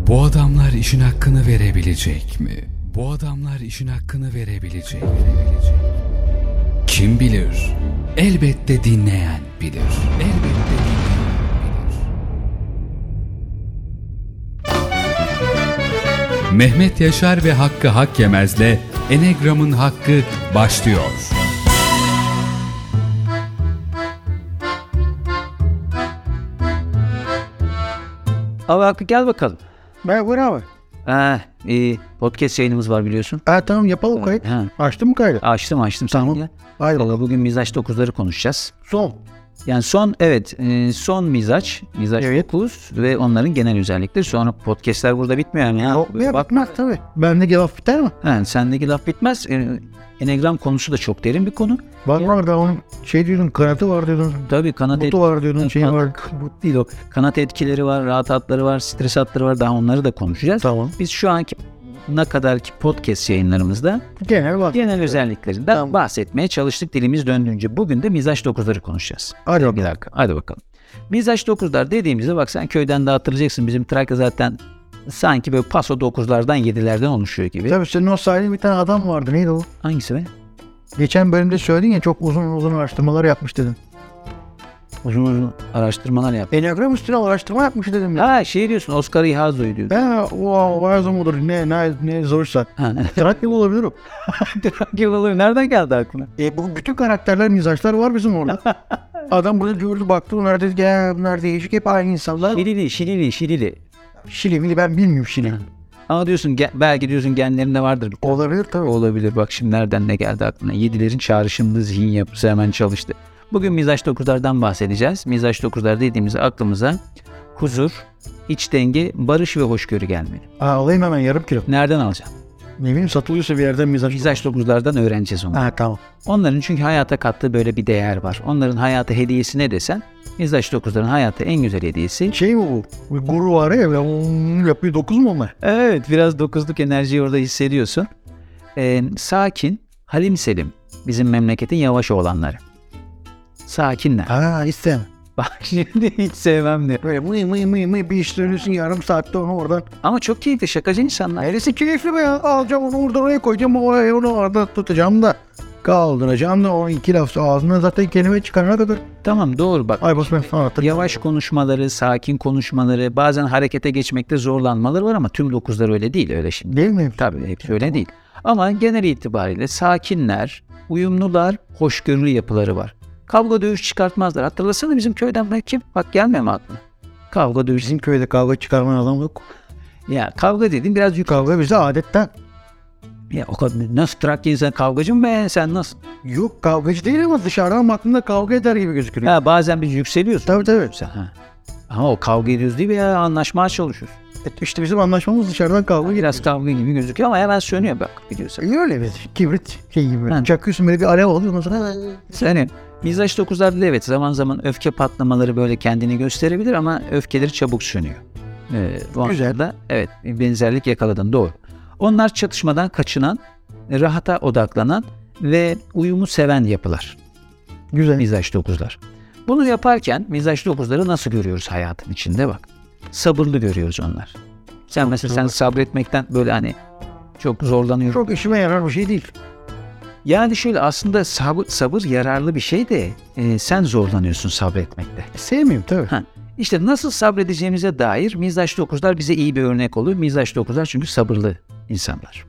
Bu adamlar işin hakkını verebilecek mi? Bu adamlar işin hakkını verebilecek mi? Kim bilir? Elbette dinleyen bilir. Elbette dinleyen bilir. Mehmet Yaşar ve Hakkı Hakyemez'le Enegram'ın Hakkı başlıyor. Abi Hakkı gel bakalım. Merhaba abi. Podcast yayınımız var biliyorsun. Tamam yapalım kayıt. Açtın mı kaydı? Açtım. Tamam. Haydi bakalım. Bugün Mizaç 9'ları konuşacağız. Son. Yani son Mizaç Evet. 9 ve onların genel özellikleri. Sonra podcastler burada bitmiyor yani. Yok bakmaz tabii. Bende cevap biter mi? Sendeki laf bitmez. Enegram konusu da çok derin bir konu. Var da onun diyordun, kanatı var diyordun. Tabii kanat Butu var diyordun, şey var. But değil o. Kanat etkileri var, rahat hatları var, stres hatları var. Daha onları da konuşacağız. Tamam. Biz şu anki ne kadarki podcast yayınlarımızda genel özelliklerinden bahsetmeye çalıştık dilimiz döndüğünce. Bugün de Mizaç 9'ları konuşacağız. Hadi bakalım. Mizaç 9'lar dediğimizde bak sen köyden de hatırlayacaksın. Bizim Trakya zaten sanki böyle paso 9'lardan 7'lerden oluşuyor gibi. Tabii senin o sahilde bir tane adam vardı. Neydi o? Hangisi be? Geçen bölümde söyledin ya, çok uzun araştırmalar yapmış dedin. Uzun araştırmalar yaptı. Enegram üstüne araştırma yapmış dedim ya. Diyorsun Oscar Ihazo'yu diyorsun. Varzo mudur ne zorsa. Trakyalı olabilir o. Trakyalı nereden geldi aklına? Bu bütün karakterler, mizaçlar var bizim orada. Adam burada gördü, baktı, bunlar dedi ki bunlar değişik, hep aynı insanlar. Şilili. Şili ben bilmiyorum Şili. Ama diyorsun belki diyorsun genlerinde vardır. Olabilir tabii. Olabilir. Bak şimdi nereden ne geldi aklına. 7'lerin çağrışımlı zihin yapısı hemen çalıştı. Bugün Mizaç 9'lardan bahsedeceğiz. Mizaç 9'lar dediğimizde aklımıza huzur, iç denge, barış ve hoşgörü gelmeli. Alayım hemen yarım kilo. Nereden alacaksın? Ne bileyim, satılıyorsa bir yerden mizaç. Mizaç 9'lardan öğreneceğiz onu. Tamam. Onların çünkü hayata kattığı böyle bir değer var. Onların hayata hediyesi ne desen, Mizaç 9'ların hayata en güzel hediyesi. Şey mi bu? Bir guru var ya, yapıyor 9 mu onlar? Evet, biraz 9'luk enerjiyi orada hissediyorsun. Sakin, halim selim. Bizim memleketin yavaş oğlanları. Sakinler. İstemem. Bak şimdi hiç sevmem diyor. Böyle mıy bir iş söylüyorsun, yarım saatte onu oradan. Ama çok keyifli, şakacı insanlar. Neresi keyifli be ya? Alacağım onu oradan oraya koyacağım, onu orada tutacağım da kaldıracağım da o 2 laf ağzından zaten kelime çıkarana kadar. Tamam, doğru bak. Bak ben sana anlatayım. Yavaş konuşmaları, sakin konuşmaları, bazen harekete geçmekte zorlanmaları var ama tüm 9'lar öyle değil, öyle şimdi. Değil mi? Tabii hepsi öyle değil. Ama genel itibariyle sakinler, uyumlular, hoşgörülü yapıları var. Kavga dövüş çıkartmazlar. Hatırlasana bizim köyden belki. Bak gelmiyor mu aklına? Kavga dövüş. Bizim köyde kavga çıkarmayan adam yok. Ya kavga dediğin biraz yük. Kavga bizde adetten. Ya o kadar nasıl Trakya insan kavgacı mı be sen nasıl? Yok, kavgacı değil ama dışarıdan baktığında kavga eder gibi gözüküyor. Bazen biz yükseliyoruz. Tabii. Sen, Ama o kavga ediyoruz değil mi ya? Anlaşmaya çalışıyoruz. İşte bizim anlaşmamız dışarıdan kavga gibi. Biraz kavga gibi gözüküyor ama hemen sönüyor bak biliyorsun. Öyle bir kibrit gibi. Çakıyorsun böyle, bir alev oluyor ondan sonra. Senin Mizaç 9'larda evet zaman zaman öfke patlamaları böyle kendini gösterebilir ama öfkeleri çabuk sönüyor. Güzel. Da evet benzerlik yakaladın, doğru. Onlar çatışmadan kaçınan, rahata odaklanan ve uyumu seven yapılar. Güzel. Mizaç 9'lar. Bunu yaparken Mizaç 9'ları nasıl görüyoruz hayatın içinde bak. Sabırlı görüyoruz onlar. Sen mesela sen sabretmekten böyle hani çok zorlanıyorsun. Çok işime yarar bir şey değil. Yani şöyle aslında sabır yararlı bir şey de sen zorlanıyorsun sabretmekte. Sevmiyorum tabii. İşte nasıl sabredeceğimize dair Mizaç 9'lar bize iyi bir örnek oluyor. Mizaç 9'lar çünkü sabırlı insanlar.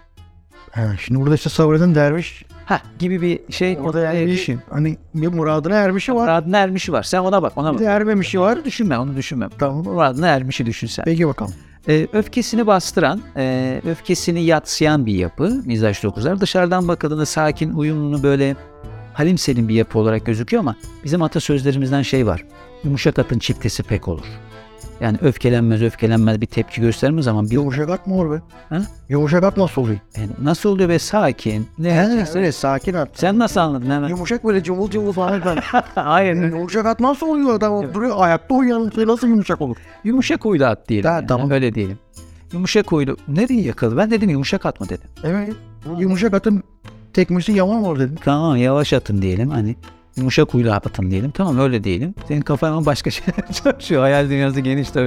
Şimdi burada işte sabreden derviş. Gibi bir şey. Orada yani bir, hani bir muradına ermişi var. Muradına ermişi var. Sen ona bak. Bir de ermemişi var. Onu düşünme. Tamam. Muradına ermişi düşün sen. Peki bakalım. Öfkesini bastıran, öfkesini yatsıyan bir yapı Mizaç 9'lar. Dışarıdan bakıldığında sakin, uyumlu böyle halim selim bir yapı olarak gözüküyor ama bizim atasözlerimizden şey var. Yumuşak atın çiftesi pek olur. Yani öfkelenmez bir tepki göstermez ama bir... Yumuşak at mı olur be? Yumuşak at nasıl oluyor? Yani nasıl oluyor be sakin? Evet, sakin at. Sen nasıl anladın hemen? Yumuşak böyle cıvıl falan. Hayır. Yumuşak at nasıl oluyor adam? Duruyor ayakta uyuyan şey nasıl yumuşak olur? Yumuşak huylu at diyelim. Tamam. Öyle diyelim. Yumuşak huylu. Nereye yakalı? Ben dedim yumuşak at mı dedim. Evet. Yumuşak atın tekmesi yaman olur dedim. Tamam yavaş atın diyelim hani. Yumuşak huylu atın diyelim. Tamam öyle diyelim. Senin kafan ama başka şeyler çalışıyor. Hayal dünyası geniş tabii.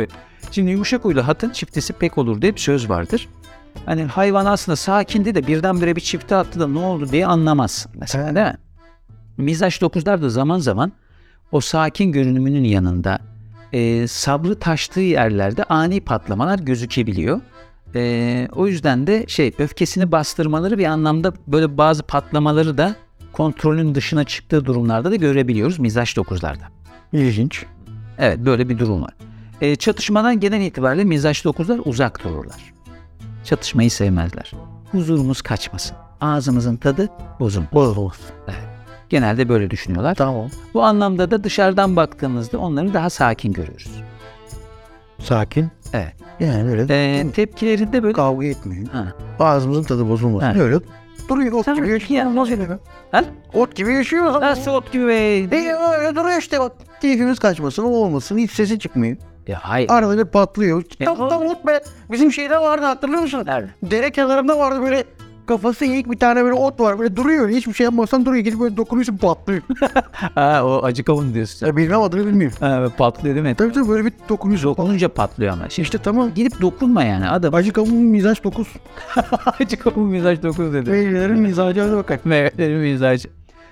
Şimdi yumuşak huylu hatın çiftesi pek olur diye bir söz vardır. Hani hayvan aslında sakindi de birdenbire bir çifte attı da ne oldu diye anlamazsın mesela, değil mi? Mizaç 9'lar da zaman zaman o sakin görünümünün yanında sabrı taştığı yerlerde ani patlamalar gözükebiliyor. O yüzden de öfkesini bastırmaları bir anlamda böyle bazı patlamaları da kontrolün dışına çıktığı durumlarda da görebiliyoruz mizaç 9'larda. İlginç. Evet, böyle bir durum var. Çatışmadan genel itibariyle mizaç 9'lar uzak dururlar. Çatışmayı sevmezler. Huzurumuz kaçmasın. Ağzımızın tadı bozulmasın. Evet. Genelde böyle düşünüyorlar. Tamam. Bu anlamda da dışarıdan baktığımızda onları daha sakin görüyoruz. Sakin. Evet. Yani öyle tepkilerinde böyle kavga etmiyor. Ha. Ağzımızın tadı bozulmasın. Ha. Öyle duruyor. Ot gibi yaşıyor. Ot gibi yaşıyor. Nasıl ot gibi be? Öyle duruyor işte bak. Keyfimiz kaçmasın, o olmasın. Hiç sesi çıkmıyor. Ya hayır. Arada bir patlıyor. Tam ot be. Bizim şeyde vardı, hatırlıyor musun? Nerede? Dere kenarında vardı böyle kafası eğik bir tane böyle ot var. Böyle duruyor. Hiçbir şey yapmazsan duruyor. Gidip böyle dokunuyorsun, patlıyor. O acı kavun diyorsun. Ya bilmem, adını bilmiyorum. Patlıyor değil mi? Tabii böyle bir dokunuyorsun. Dokununca patlıyor ama. Şimdi İşte tamam. gidip dokunma yani adam. Acı kavun mizaç 9. Acı kavun mizaç 9 dedi. Meyvelerin mizacı, hadi bakalım. Meyvelerin mizacı.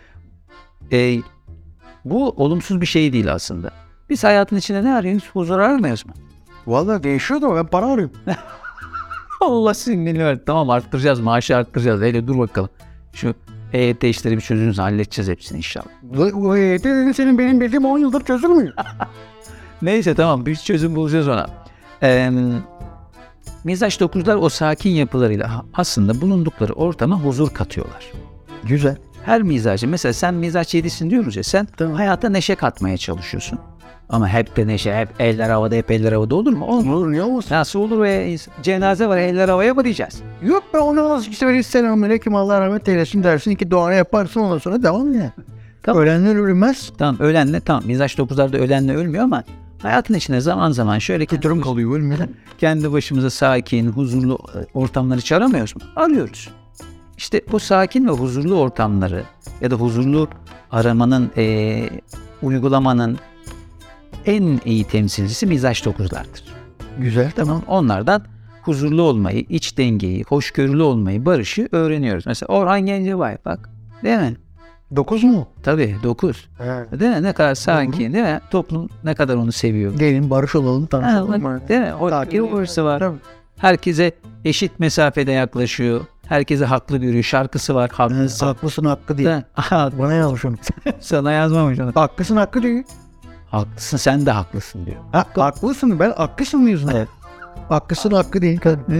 Bu olumsuz bir şey değil aslında. Biz hayatın içinde ne arıyoruz? Huzur aramıyoruz mu? Vallahi değişiyor da ben para arıyorum. Allah sinirli ver. Tamam, arttıracağız. Maaşı arttıracağız. Hele dur bakalım. Şu EYT işleri bir çözümüzü halledeceğiz hepsini inşallah. O EYT senin benim bildiğim 10 yıldır çözülmüyor. Neyse tamam, biz çözüm bulacağız ona. Mizaç 9'lar o sakin yapılarıyla aslında bulundukları ortama huzur katıyorlar. Güzel. Her mizacı, mesela sen mizaç 7'sin diyoruz ya, sen Tamam. hayata neşe katmaya çalışıyorsun. Ama hep de neşe, hep eller havada, hep eller havada olur mu? Olmaz. Olur, niye olmasın? Nasıl olur be? Cenaze var, eller havaya mı diyeceğiz? Yok be, onu nasıl işte böyle selamünaleyküm, Allah rahmet eylesin dersin, 2 duanı yaparsın, ondan sonra devam ya. Tamam. Ölenler ölmez. Tamam, ölenle tamam. Mizaç 9'larda ölenle ölmüyor ama hayatın içinde zaman zaman şöyle Durum kalıyor, ölmüyor. kendi başımıza sakin, huzurlu ortamları hiç aramıyoruz mu? Arıyoruz. İşte bu sakin ve huzurlu ortamları ya da huzurlu aramanın, uygulamanın en iyi temsilcisi mizaç 9'lardır. Güzel, tamam. Onlardan huzurlu olmayı, iç dengeyi, hoşgörülü olmayı, barışı öğreniyoruz. Mesela Orhan Gencebay bak, değil mi? 9 mu? Tabii 9. Evet. Değil mi? Ne kadar sakin, değil mi? Toplum ne kadar onu seviyor. Gelin barış olalım, tanışalım. Değil mi? Hoşgörü barışı var. Tabii. Herkese eşit mesafede yaklaşıyor. Herkese haklı görüyor. Şarkısı var. Haklısın hakkı değil. Bana yazmış onu. Sana yazmamış onu. Haklısın hakkı değil. Haklısın, sen de haklısın diyor. Haklısın, ben haklısın diyorsun. Evet. Haklısın hakkı değil.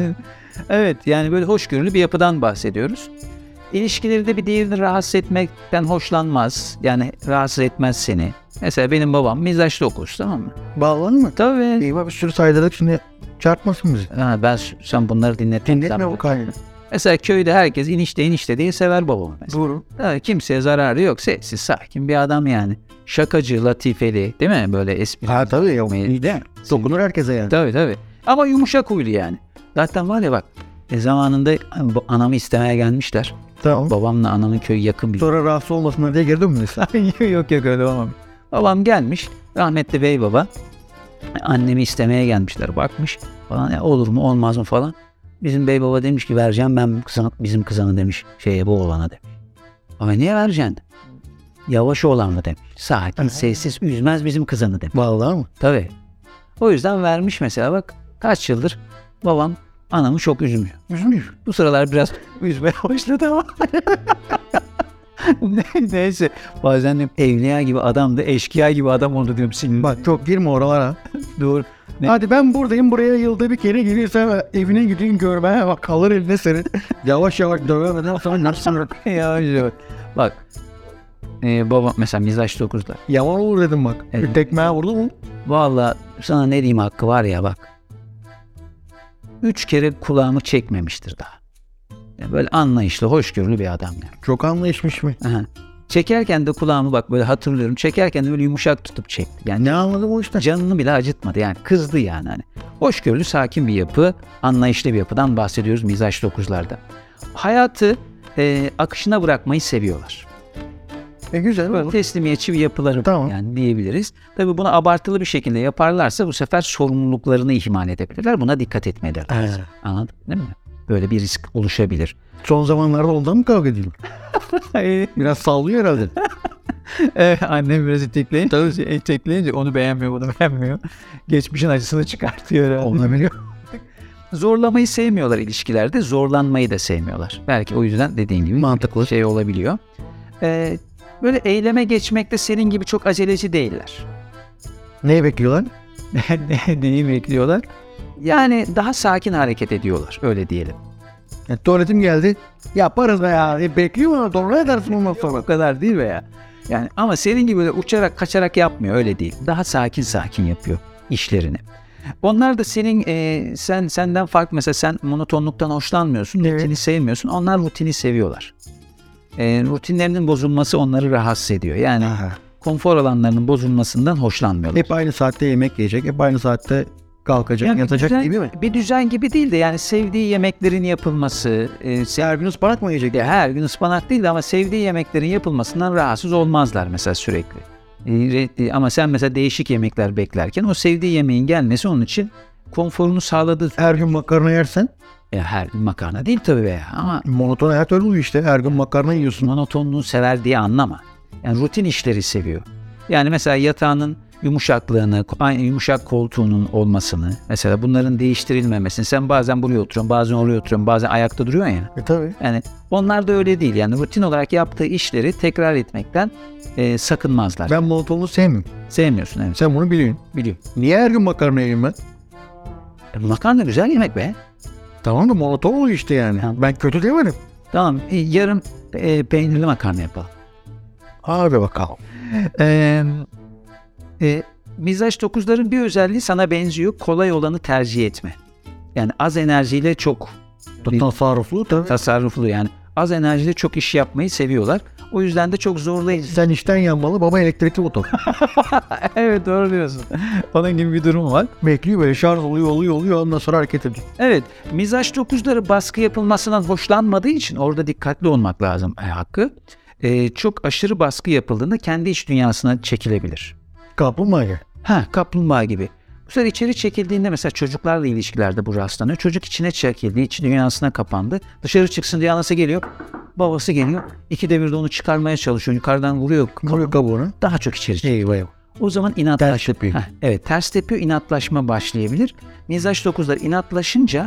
Evet, yani böyle hoşgörülü bir yapıdan bahsediyoruz. İlişkileri bir diğerini rahatsız etmekten hoşlanmaz. Yani rahatsız etmez seni. Mesela benim babam mizaç 9, tamam mı? Bağlan mı? Tabii. İyi bak, bir sürü saydırdık, şimdi çarpmasın bizi. Sen bunları Dinletme bu kaydı. Mesela köyde herkes enişte diye sever babamı mesela. Doğru. Kimseye zararı yok. Sessiz, sakin bir adam yani. Şakacı, latifeli, değil mi? Böyle espri. Ha tabii ya. İyi de. Dokunur herkese yani. Tabii. Ama yumuşak huylu yani. Zaten var ya bak. Zamanında anamı istemeye gelmişler. Tamam. Babamla anamın köyü yakın bir. Sonra rahatsız olmasınlar diye geri dönmüşler. Yok öyle olmamış. Babam gelmiş. Rahmetli bey baba. Annemi istemeye gelmişler. Bakmış falan, ya olur mu olmaz mı falan. Bizim bey baba demiş ki vereceğim ben bizim kızanı demiş. Bu oğlana demiş. Ama niye vereceksin? Yavaş oğlan mı demiş. Sakin, sessiz, üzmez bizim kızanı demiş. Vallahi mı? Tabii. O yüzden vermiş mesela, bak kaç yıldır babam anamı çok üzmüyor. Üzmüyor. Bu sıralar biraz üzmeye başladı ama. Neyse. Bazen de evliya gibi adamdı, eşkıya gibi adam oldu diyorum senin. Bak çok girme oralara. Doğru. Ne? Hadi ben buradayım, buraya yılda bir kere gelirsem evine gideyim görmeye, bak kalır eline senin. Yavaş dövemeden sonra nasıl Yavaş. Bak. Baba mesela mizaç 9'lar. yaman olur dedim bak. Evet. Bir tekmeye vurdu mu? Vallahi sana ne diyeyim, hakkı var ya bak. 3 kere kulağımı çekmemiştir daha. Yani böyle anlayışlı, hoşgörülü bir adam yani. Çok anlayışmış mı? Aha. Çekerken de kulağımı bak böyle hatırlıyorum. Çekerken de böyle yumuşak tutup çekti. Yani Ne anladım o işte? canını bile acıtmadı. Yani kızdı yani. Hani hoşgörülü, sakin bir yapı, anlayışlı bir yapıdan bahsediyoruz mizaç 9'larda. Hayatı akışına bırakmayı seviyorlar. Güzel. Böyle teslimiyetçi bir yapıları yani diyebiliriz. Tabii bunu abartılı bir şekilde yaparlarsa bu sefer sorumluluklarını ihmal edebilirler. Buna dikkat etmeleri lazım. Anladın değil mi? Böyle bir risk oluşabilir. Son zamanlarda ondan mı kavga ediyor? Biraz sallıyor herhalde. Annem biraz itekleyince onu beğenmiyor. Geçmişin acısını çıkartıyor herhalde. Onu biliyor. Zorlamayı sevmiyorlar ilişkilerde. Zorlanmayı da sevmiyorlar. Belki o yüzden dediğin gibi mantıklı şey olabiliyor. Böyle eyleme geçmekte senin gibi çok aceleci değiller. Neyi bekliyorlar? Neyi bekliyorlar? Yani daha sakin hareket ediyorlar. Öyle diyelim. Tuvaletim geldi. Yaparız be ya. Bekliyor mu? Doğru edersin ondan sonra. O kadar değil be ya. Yani ama senin gibi böyle uçarak kaçarak yapmıyor. Öyle değil. Daha sakin yapıyor işlerini. Onlar da senin senden farklı, mesela sen monotonluktan hoşlanmıyorsun, rutini sevmiyorsun. Onlar rutini seviyorlar. Rutinlerinin bozulması onları rahatsız ediyor. Yani konfor alanlarının bozulmasından hoşlanmıyorlar. Hep aynı saatte yemek yiyecek, hep aynı saatte kalkacak, yani yatacak gibi mi? Bir düzen gibi değil de yani sevdiği yemeklerin yapılması. Her gün ıspanak mı yiyecek? Her gün ıspanak değil de ama sevdiği yemeklerin yapılmasından rahatsız olmazlar mesela sürekli. Ama sen mesela değişik yemekler beklerken o sevdiği yemeğin gelmesi onun için konforunu sağladı. Her gün makarna yersen? Her gün makarna değil tabii be ama. Monoton hayat öyle oluyor işte. Her gün makarna yiyorsun. Monotonluğu sever diye anlama. Yani rutin işleri seviyor. Yani mesela yatağının yumuşaklığını, yumuşak koltuğunun olmasını, mesela bunların değiştirilmemesini. Sen bazen buraya oturuyorsun, bazen oraya oturuyorsun, bazen ayakta duruyorsun ya. Tabii. Yani onlar da öyle değil. Yani rutin olarak yaptığı işleri tekrar etmekten sakınmazlar. Ben monotonluğu sevmiyorum. Sevmiyorsun, evet. Sen bunu biliyorsun. Biliyorum. Niye her gün makarna yiyeyim ben? Makarna güzel yemek be. Tamam da monoton oluyor işte yani. Ben kötü demedim. Tamam. Yarın peynirli makarna yapalım. Hadi bakalım. Mizaç 9'ların bir özelliği sana benziyor. Kolay olanı tercih etme. Yani az enerjiyle çok tasarruflu tabii. Tasarruflu yani. Az enerjiyle çok iş yapmayı seviyorlar. O yüzden de çok zorlayıcı. Sen işten yanmalı, baba elektrikli motor. Evet, doğru diyorsun. Onun gibi bir durum var. Bekliyor böyle, şarj oluyor ondan sonra hareket ediyor. Evet. Mizaç 9'ları baskı yapılmasından hoşlanmadığı için orada dikkatli olmak lazım Hakkı. Çok aşırı baskı yapıldığında kendi iç dünyasına çekilebilir. Kaplumbağa gibi. Kaplumbağa gibi. Bu sefer içeri çekildiğinde mesela çocuklarla ilişkilerde bu rastlanıyor. Çocuk içine çekildi, iç dünyasına kapandı. Dışarı çıksın diye anası geliyor, babası geliyor. İkide bir de onu çıkarmaya çalışıyor. Yukarıdan vuruyor kabuğunu. Daha çok içeri çekiyor. O zaman inatlaşma. Ters tepiyor. Evet, ters tepiyor, inatlaşma başlayabilir. Mizaç 9'lar inatlaşınca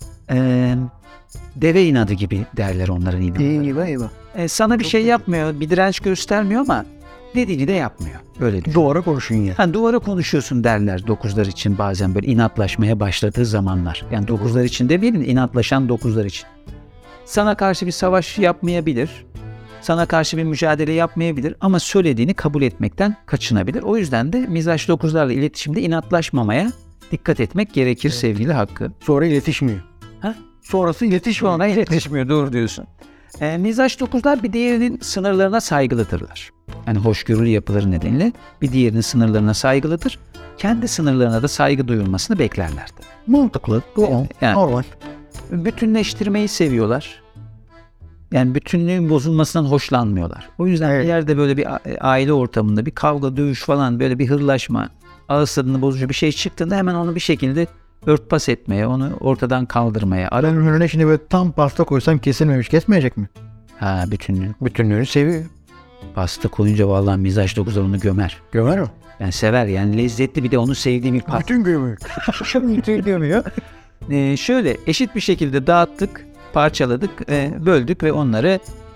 deve inadı gibi derler onların inadı. Sana bir şey yapmıyor, bir direnç göstermiyor ama dediğini de yapmıyor. Öyle düşün. Duvara konuşun ya. Duvara konuşuyorsun derler 9'lar için bazen böyle inatlaşmaya başladığı zamanlar. Yani 9'lar için demeyelim, inatlaşan 9'lar için. Sana karşı bir savaş yapmayabilir. Sana karşı bir mücadele yapmayabilir ama söylediğini kabul etmekten kaçınabilir. O yüzden de mizaç 9'larla iletişimde inatlaşmamaya dikkat etmek gerekir sevgili Hakkı. Sonra iletişmiyor. Sonrası iletişmiyor. Sonra iletişmiyor, doğru diyorsun. Mizaç 9'lar bir diğerinin sınırlarına saygılıdırlar. Yani hoşgörülü yapıları nedeniyle bir diğerinin sınırlarına saygılıdır. Kendi sınırlarına da saygı duyulmasını beklerlerdi. Mantıklı. Yani, normal. Bütünleştirmeyi seviyorlar. Yani bütünlüğün bozulmasından hoşlanmıyorlar. O yüzden bir yerde böyle bir aile ortamında bir kavga, dövüş falan, böyle bir hırlaşma, ağız tadını bozucu bir şey çıktığında hemen onu bir şekilde örtbas etmeye, onu ortadan kaldırmaya. Ben önüne şimdi böyle tam pasta koysam kesilmemiş, kesmeyecek mi? Bütünlüğünü seviyor. Pasta koyunca vallahi mizaç 9'lar onu gömer. Gömer mi? Yani sever yani, lezzetli, bir de onu sevdiği bir pasta. Bütün gömüyor. Bütün gömüyor. Şöyle eşit bir şekilde dağıttık, parçaladık, böldük ve onları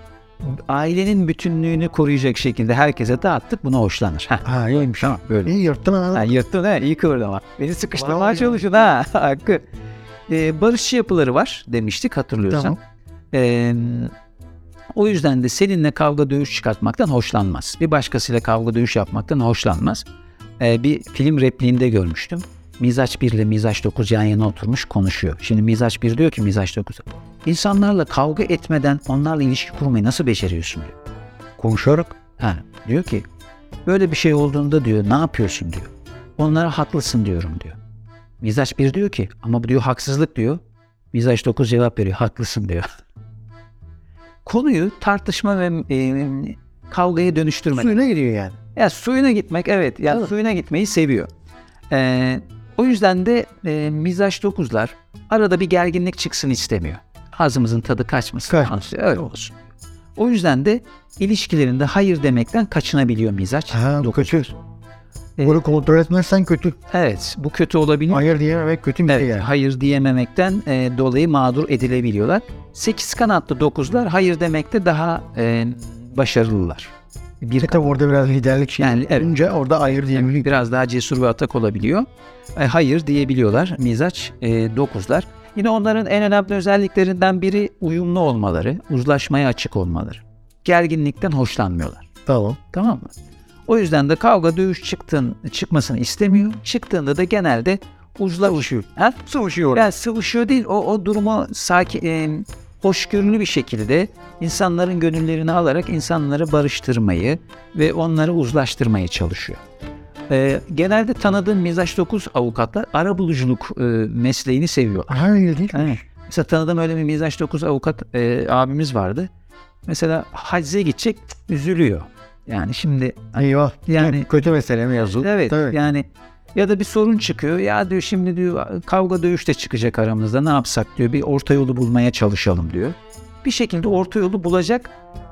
ailenin bütünlüğünü koruyacak şekilde herkese dağıttık. Buna hoşlanır. İyiymiş ha. Böyle. İyi yırttın ha. Yırttın ha, iyi kıvırdın ama. Beni sıkıştırmaya çalışın ha. Hakkı. Barışçı yapıları var demiştik, hatırlıyorsan. Tamam. O yüzden de seninle kavga dövüş çıkartmaktan hoşlanmaz. Bir başkasıyla kavga dövüş yapmaktan hoşlanmaz. Bir film repliğinde görmüştüm. Mizaç 1 ile Mizaç 9 yan yana oturmuş konuşuyor. Şimdi Mizaç 1 diyor ki Mizaç 9'a, İnsanlarla kavga etmeden onlarla ilişki kurmayı nasıl beceriyorsun diyor. Konuşarak. Diyor ki böyle bir şey olduğunda diyor ne yapıyorsun diyor. Onlara haklısın diyorum diyor. Mizaç 1 diyor ki ama bu diyor haksızlık diyor. Mizaç 9 cevap veriyor, haklısın diyor. Konuyu tartışma ve kavgaya dönüştürmek. Suyuna gidiyor yani. Ya suyuna gitmek, evet. Yani Evet. suyuna gitmeyi seviyor. O yüzden de mizaç 9'lar arada bir gerginlik çıksın istemiyor. Ağzımızın tadı kaçmasın. Öyle olsun. O yüzden de ilişkilerinde hayır demekten kaçınabiliyor mizaç. Bu kötü. Bunu kontrol etmezsen kötü. Evet, bu kötü olabilir. Hayır diyememek kötü bir şey Evet, yani. hayır diyememekten dolayı mağdur edilebiliyorlar. 8 kanatlı 9'lar hayır demekte daha başarılılar. Tabii orada biraz liderlik şey. Yani evet. Önce orada hayır diyebiliyor. Biraz daha cesur ve atak olabiliyor. Hayır diyebiliyorlar mizaç 9'lar. Yine onların en önemli özelliklerinden biri uyumlu olmaları, uzlaşmaya açık olmaları. Gerginlikten hoşlanmıyorlar. Tamam mı? O yüzden de kavga dövüş çıkmasını istemiyor. Çıktığında da genelde uzlaşıyor. Sıvışıyor. Yani sıvışıyor değil, o durumu sakin, hoşgörülü bir şekilde insanların gönüllerini alarak insanları barıştırmayı ve onları uzlaştırmaya çalışıyor. Genelde tanıdığım mizaç 9 avukatlar arabuluculuk mesleğini seviyorlar. Hayır değil. Evet. Mesela tanıdığım öyle bir mizaç 9 avukat abimiz vardı. Mesela hacca gidecek, üzülüyor. Yani şimdi Eyvah. yani kötü mesele mi yazıyor? evet Tabii. yani ya da bir sorun çıkıyor. Ya diyor şimdi diyor kavga dövüş de çıkacak aramızda, ne yapsak diyor, bir orta yolu bulmaya çalışalım diyor. Bir şekilde orta yolu bulacak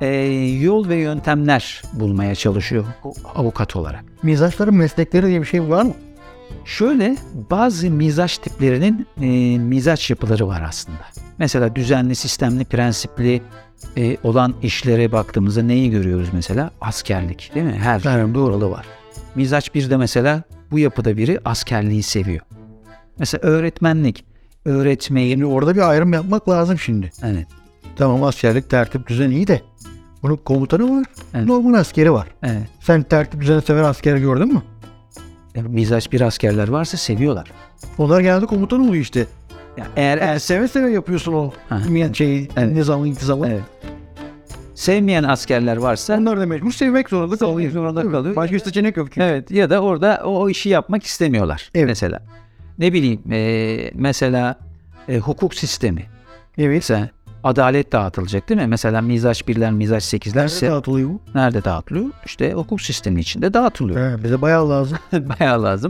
yol ve yöntemler bulmaya çalışıyor avukat olarak. Mizaçların meslekleri diye bir şey var mı? Şöyle, bazı mizaç tiplerinin mizaç yapıları var aslında. Mesela düzenli, sistemli, prensipli olan işlere baktığımızda neyi görüyoruz mesela? Askerlik, değil mi? Her doğru var. Mizaç 1'de mesela bu yapıda biri askerliği seviyor. Mesela öğretmenlik, öğretmeyi. Şimdi orada bir ayrım yapmak lazım şimdi. Evet. Tamam, askerlik, tertip, düzen iyi de bunun komutanı var, Evet. normal askeri var. Evet. Sen tertip, düzeni seven askeri gördün mü? Mizaç 1 askerler varsa seviyorlar. Onlar geldi komutan oluyor işte. Yani eğer Seve seve yapıyorsun o şeyi, Evet. nizamı, intizamı. evet. Sevmeyen askerler varsa Onlar da mecbur sevmek zorunda kalıyor. kalıyor. Başka seçenek yok. Evet, ya da orada o işi yapmak istemiyorlar. Evet. Mesela ne bileyim mesela hukuk sistemi. Evet. Mesela adalet dağıtılacak değil mi? Mesela mizaç 1'ler, mizaç 8'ler Nerede dağıtılıyor bu? nerede dağıtılıyor? İşte hukuk sistemi içinde dağıtılıyor. Bize bayağı lazım. Bayağı lazım.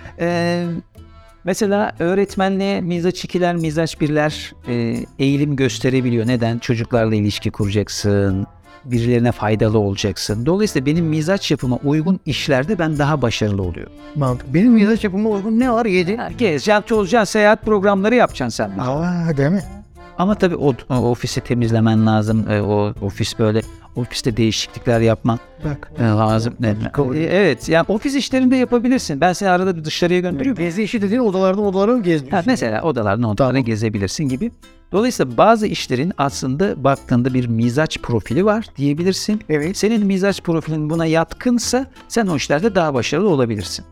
Mesela öğretmenliğe mizaç 2'ler, mizaç 1'ler eğilim gösterebiliyor. Neden? Çocuklarla ilişki kuracaksın, birilerine faydalı olacaksın. Dolayısıyla benim mizaç yapıma uygun işlerde ben daha başarılı oluyorum. Mantık. Benim mizaç yapıma uygun ne var? Yedi. Gezeceksin, tozacaksın, seyahat programları yapacaksın sen. Değil mi? Ama tabii o ofisi temizlemen lazım. O ofis böyle, ofiste değişiklikler yapman Bak. lazım. Evet, yani ofis işlerinde yapabilirsin. Ben seni arada bir dışarıya gönderiyorum. Gezi işi dediğin odalardan odalara mı gezdiriyorsun? Mesela odalardan gezebilirsin gibi. Dolayısıyla bazı işlerin aslında baktığında bir mizaç profili var diyebilirsin. Evet. Senin mizaç profilin buna yatkınsa sen o işlerde daha başarılı olabilirsin.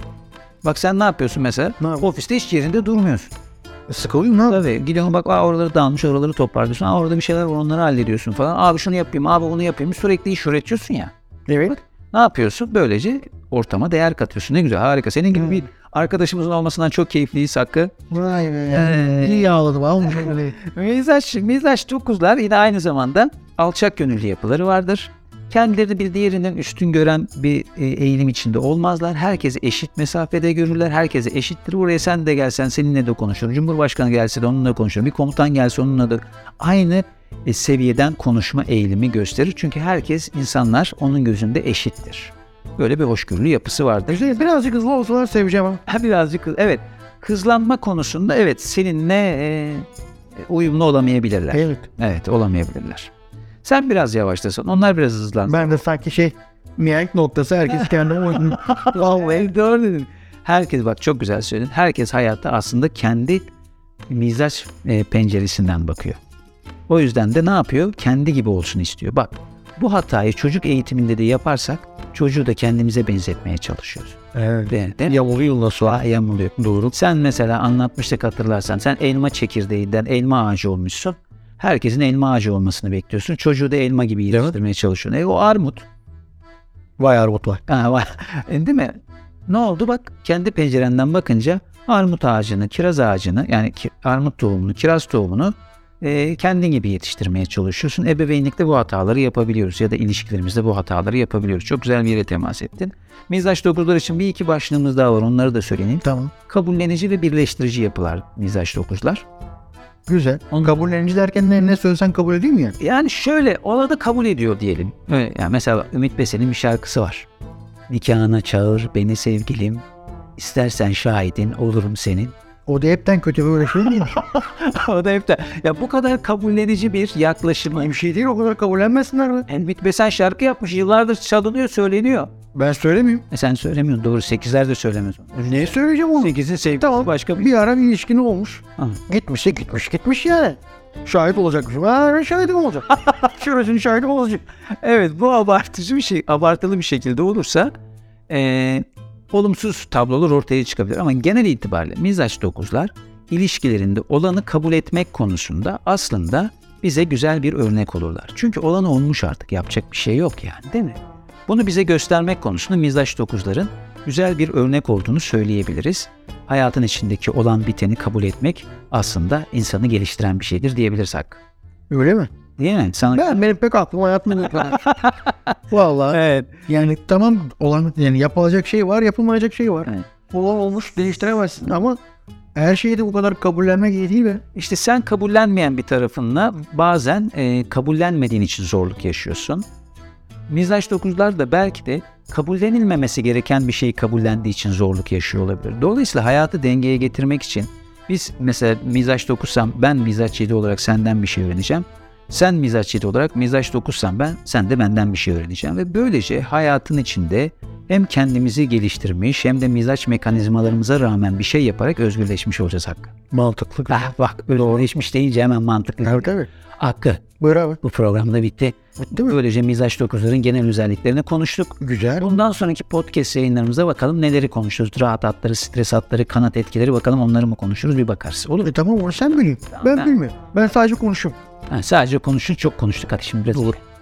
Bak sen ne yapıyorsun mesela? Ne yapayım? Ofiste hiç yerinde durmuyorsun. Sıkılıyor mu? Tabii gidiyorsun bak oraları dağılmış, oraları toparlıyorsun. Orada bir şeyler var, onları hallediyorsun falan. Abi şunu yapayım, abi bunu yapayım. Sürekli iş üretiyorsun ya. Evet. Ne yapıyorsun? Böylece ortama değer katıyorsun. Ne güzel, harika. Senin gibi bir arkadaşımızın olmasından çok keyifliyiz Hakkı. Vay be. İyi yağladım. Almış öyle. Mizaç 9'lar yine aynı zamanda alçak gönüllü yapıları vardır. Kendilerini bir diğerinden üstün gören bir eğilim içinde olmazlar. Herkesi eşit mesafede görürler. Herkese eşittir. Buraya sen de gelsen seninle de konuşur. Cumhurbaşkanı gelse de onunla konuşur. Bir komutan gelse onunla da aynı seviyeden konuşma eğilimi gösterir. Çünkü herkes, insanlar onun gözünde eşittir. Böyle bir hoşgörülü yapısı vardır. Birazcık hızlı olsalar seveceğim ama. Birazcık evet. Kızlanma konusunda evet seninle uyumlu olamayabilirler. Evet. Evet, olamayabilirler. Sen biraz yavaşlasın, onlar biraz hızlansın. Ben de sanki mihenk noktası, herkes kendine uygun. Vallahi doğru dedin. Herkes, bak çok güzel söyledin. Herkes hayatta aslında kendi mizaç penceresinden bakıyor. O yüzden de ne yapıyor? Kendi gibi olsun istiyor. Bak, bu hatayı çocuk eğitiminde de yaparsak çocuğu da kendimize benzetmeye çalışıyoruz. Evet. Değil mi? Yamuluyor nasıl? Yamuluyor. Doğru. Sen mesela anlatmıştık, hatırlarsan. Sen elma çekirdeğinden elma ağacı olmuşsun. Herkesin elma ağacı olmasını bekliyorsun. Çocuğu da elma gibi yetiştirmeye çalışıyorsun. O armut. Vay armut var. Değil mi? Ne oldu? Bak kendi pencerenden bakınca armut ağacını, kiraz ağacını, yani armut tohumunu, kiraz tohumunu kendin gibi yetiştirmeye çalışıyorsun. Ebeveynlikte bu hataları yapabiliyoruz ya da ilişkilerimizde bu hataları yapabiliyoruz. Çok güzel bir yere temas ettin. Mizaç 9'lar için bir iki başlığımız daha var. Onları da söyleyeyim. Tamam. Kabullenici ve birleştirici yapılar mizaç 9'lar. Güzel. Kabullenici derken ne söylesen kabul edeyim mi yani? Yani şöyle, ona da kabul ediyor diyelim. Yani mesela Ümit Besen'in bir şarkısı var. Nikahına çağır beni sevgilim, istersen şahidin olurum senin. O da hepten kötü böyle şey değil mi? O da hepten. Ya bu kadar kabullenici bir yaklaşım. Bir şey değil, o kadar kabullenmesinler mi? Ümit Besen şarkı yapmış, yıllardır çalınıyor, söyleniyor. Ben söylemeyeyim. Sen söylemiyorsun, doğru. 8'ler de söylemez onu. Ne söyleyeceğim onu? 8'in sevgisi tamam. Başka bir ara bir ilişkin olmuş. Aha. Gitmişse gitmiş yani. Şahit olacakmışım. Ben şahidim olacak. Şurasının şahidi olacak. Evet, bu abartılı bir şekilde olursa olumsuz tablolar ortaya çıkabilir. Ama genel itibariyle mizaç 9'lar ilişkilerinde olanı kabul etmek konusunda aslında bize güzel bir örnek olurlar. Çünkü olan olmuş, artık yapacak bir şey yok yani, değil mi? Bunu bize göstermek konusunda mizaç 9'ların güzel bir örnek olduğunu söyleyebiliriz. Hayatın içindeki olan biteni kabul etmek aslında insanı geliştiren bir şeydir diyebiliriz Hakkı. Öyle mi? Değil mi? Benim pek aklıma yatmıyor. Vallahi. Evet. Yani tamam, olan yani yapılacak şey var, yapılmayacak şey var. Evet. Olan olmuş, değiştiremezsin ama her şeyi de bu kadar kabullenmek iyi değil mi? İşte sen kabullenmeyen bir tarafınla bazen kabullenmediğin için zorluk yaşıyorsun. Mizaç 9'lar da belki de kabullenilmemesi gereken bir şeyi kabullendiği için zorluk yaşıyor olabilir. Dolayısıyla hayatı dengeye getirmek için biz mesela mizaç 9'sam ben mizaç 7 olarak senden bir şey öğreneceğim. Sen mizaç 7 olarak mizaç 9'san sen de benden bir şey öğreneceğim. Ve böylece hayatın içinde hem kendimizi geliştirmiş hem de mizaç mekanizmalarımıza rağmen bir şey yaparak özgürleşmiş olacağız Hakkı. Mantıklı. Bak özgürleşmiş deyince hemen mantıklı. Evet tabii. Hakkı. Buyur abi. Bu programda bitti. Bitti mi? Böylece mizaç 9'ların genel özelliklerini konuştuk. Güzel. Bundan sonraki podcast yayınlarımıza bakalım neleri konuşuruz. Rahat hatları, stres hatları, kanat etkileri, bakalım onları mı konuşuruz, bir bakarız. Olur mu? Tamam, onu sen bilin. Ben bilmiyorum. Ben sadece konuşuyorum. Sadece konuşun, çok konuştuk. Hadi şimdi biraz. Olur.